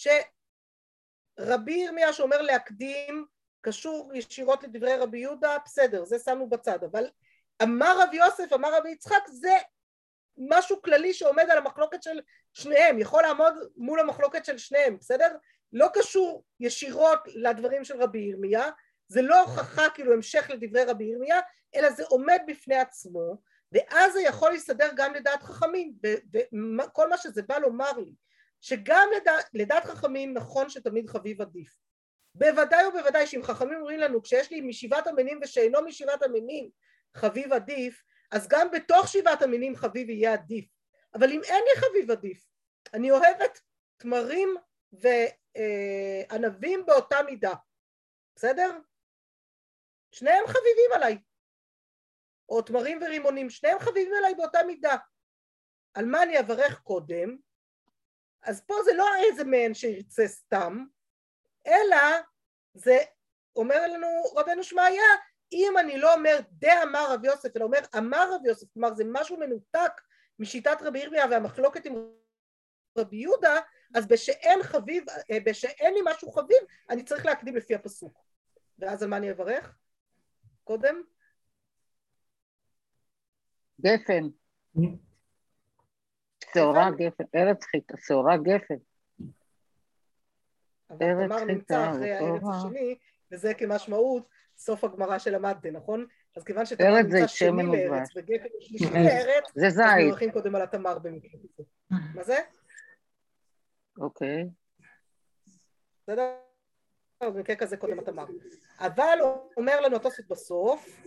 שרבי ירמיה שאומר להקדים, קשור ישירות לדברי רבי יהודה, בסדר, זה שמנו בצד, אבל אמר רבי יוסף, אמר רבי יצחק, זה משהו כללי שעומד על המחלוקת של שניהם, יכול לעמוד מול המחלוקת של שניהם, בסדר? לא קשור ישירות לדברים של רבי ירמיה, זה לא הוכחה כאילו המשך לדברי רבי ירמיה, אלא זה עומד בפני עצמו, ואז זה יכול להסתדר גם לדעת חכמים, וכל מה שזה בא לומר לי, שגם לדעת, לדעת חכמים נכון שתמיד חביב עדיף. בוודאי ובוודאי שאם חכמים אומרים לנו, כשיש לי משבעת המינים ושאינו משבעת המינים חביב עדיף, אז גם בתוך שבעת המינים חביב יהיה עדיף. אבל אם אין לי חביב עדיף, אני אוהבת תמרים וענבים באותה מידה, בסדר? שניהם חביבים עליי, או תמרים ורימונים, שניהם חביבים עליי באותה מידה. על מה אני אברך קודם? אז פה זה לא איזה מהן שירצה סתם, אלא זה אומר לנו רבנו שמעיה, אם אני לא אומר דה אמר רב יוסף, אלא אומר אמר רב יוסף, כלומר זה משהו מנותק משיטת רבי ירמיה והמחלוקת עם רבי יהודה, אז בשאין חביב, בשאין לי משהו חביב, אני צריך להקדים לפי הפסוק. ואז על מה אני אברך? קודם? גפן. שעורה גפן, ארץ חיטה, שעורה גפן. אבל תמר נמצא אחרי הארץ השני, וזה כמשמעות סוף הגמרא שלמדתם, נכון? אז כיוון שתמר נמצא שני לארץ וגפן שלישי לארץ, זה זית. אז מברכים קודם על התמר במקרה כזה. מה זה? אוקיי. בסדר? במקרה כזה קודם התמר. אבל הוא אומר לנו התוספות בסוף,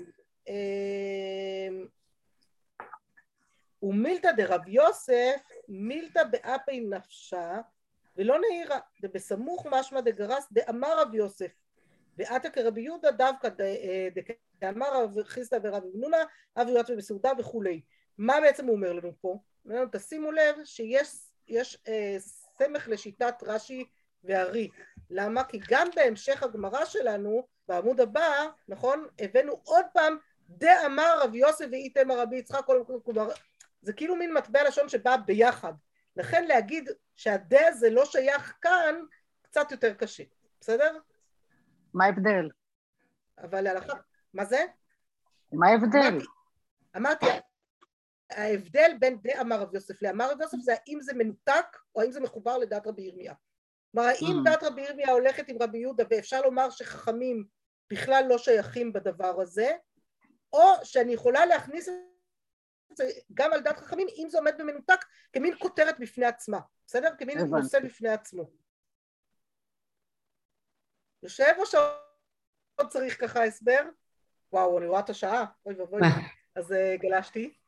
ומילתא דרב יוסף, מילתא באפי נפשה, ולא נהירה, דבסמוך משמע דגרס דאמר רב יוסף, ועתה כרבי יהודה דווקא דאמר רב חיסדא ורב אבנונה, אב יועץ ובסעודה וכולי. מה בעצם הוא אומר לנו פה? תשימו לב שיש יש, אה, סמך לשיטת רש"י והרי. למה? כי גם בהמשך הגמרא שלנו, בעמוד הבא, נכון, הבאנו עוד פעם, דאמר רב יוסף ואיתמר רבי יצחק, כלומר, זה כאילו מין מטבע לשון שבא ביחד. לכן להגיד שהדה הזה לא שייך כאן, קצת יותר קשה. בסדר? מה ההבדל? אבל להלכה, מה זה? מה ההבדל? אמרתי, אמרתי, ההבדל בין דה אמר רב יוסף לאמר רב יוסף זה האם זה מנותק או האם זה מחובר לדעת רבי ירמיה. כלומר, האם Mm. דעת רבי ירמיה הולכת עם רבי יהודה ואפשר לומר שחכמים בכלל לא שייכים בדבר הזה, או שאני יכולה להכניס את זה גם על דעת חכמים אם זה עומד במנותק כמין כותרת בפני עצמה, בסדר? כמין הבנתי. נושא בפני עצמו. יושב או שעוד צריך ככה הסבר? וואו, אני רואה את השעה, אוי ואבוי, אז uh, גלשתי.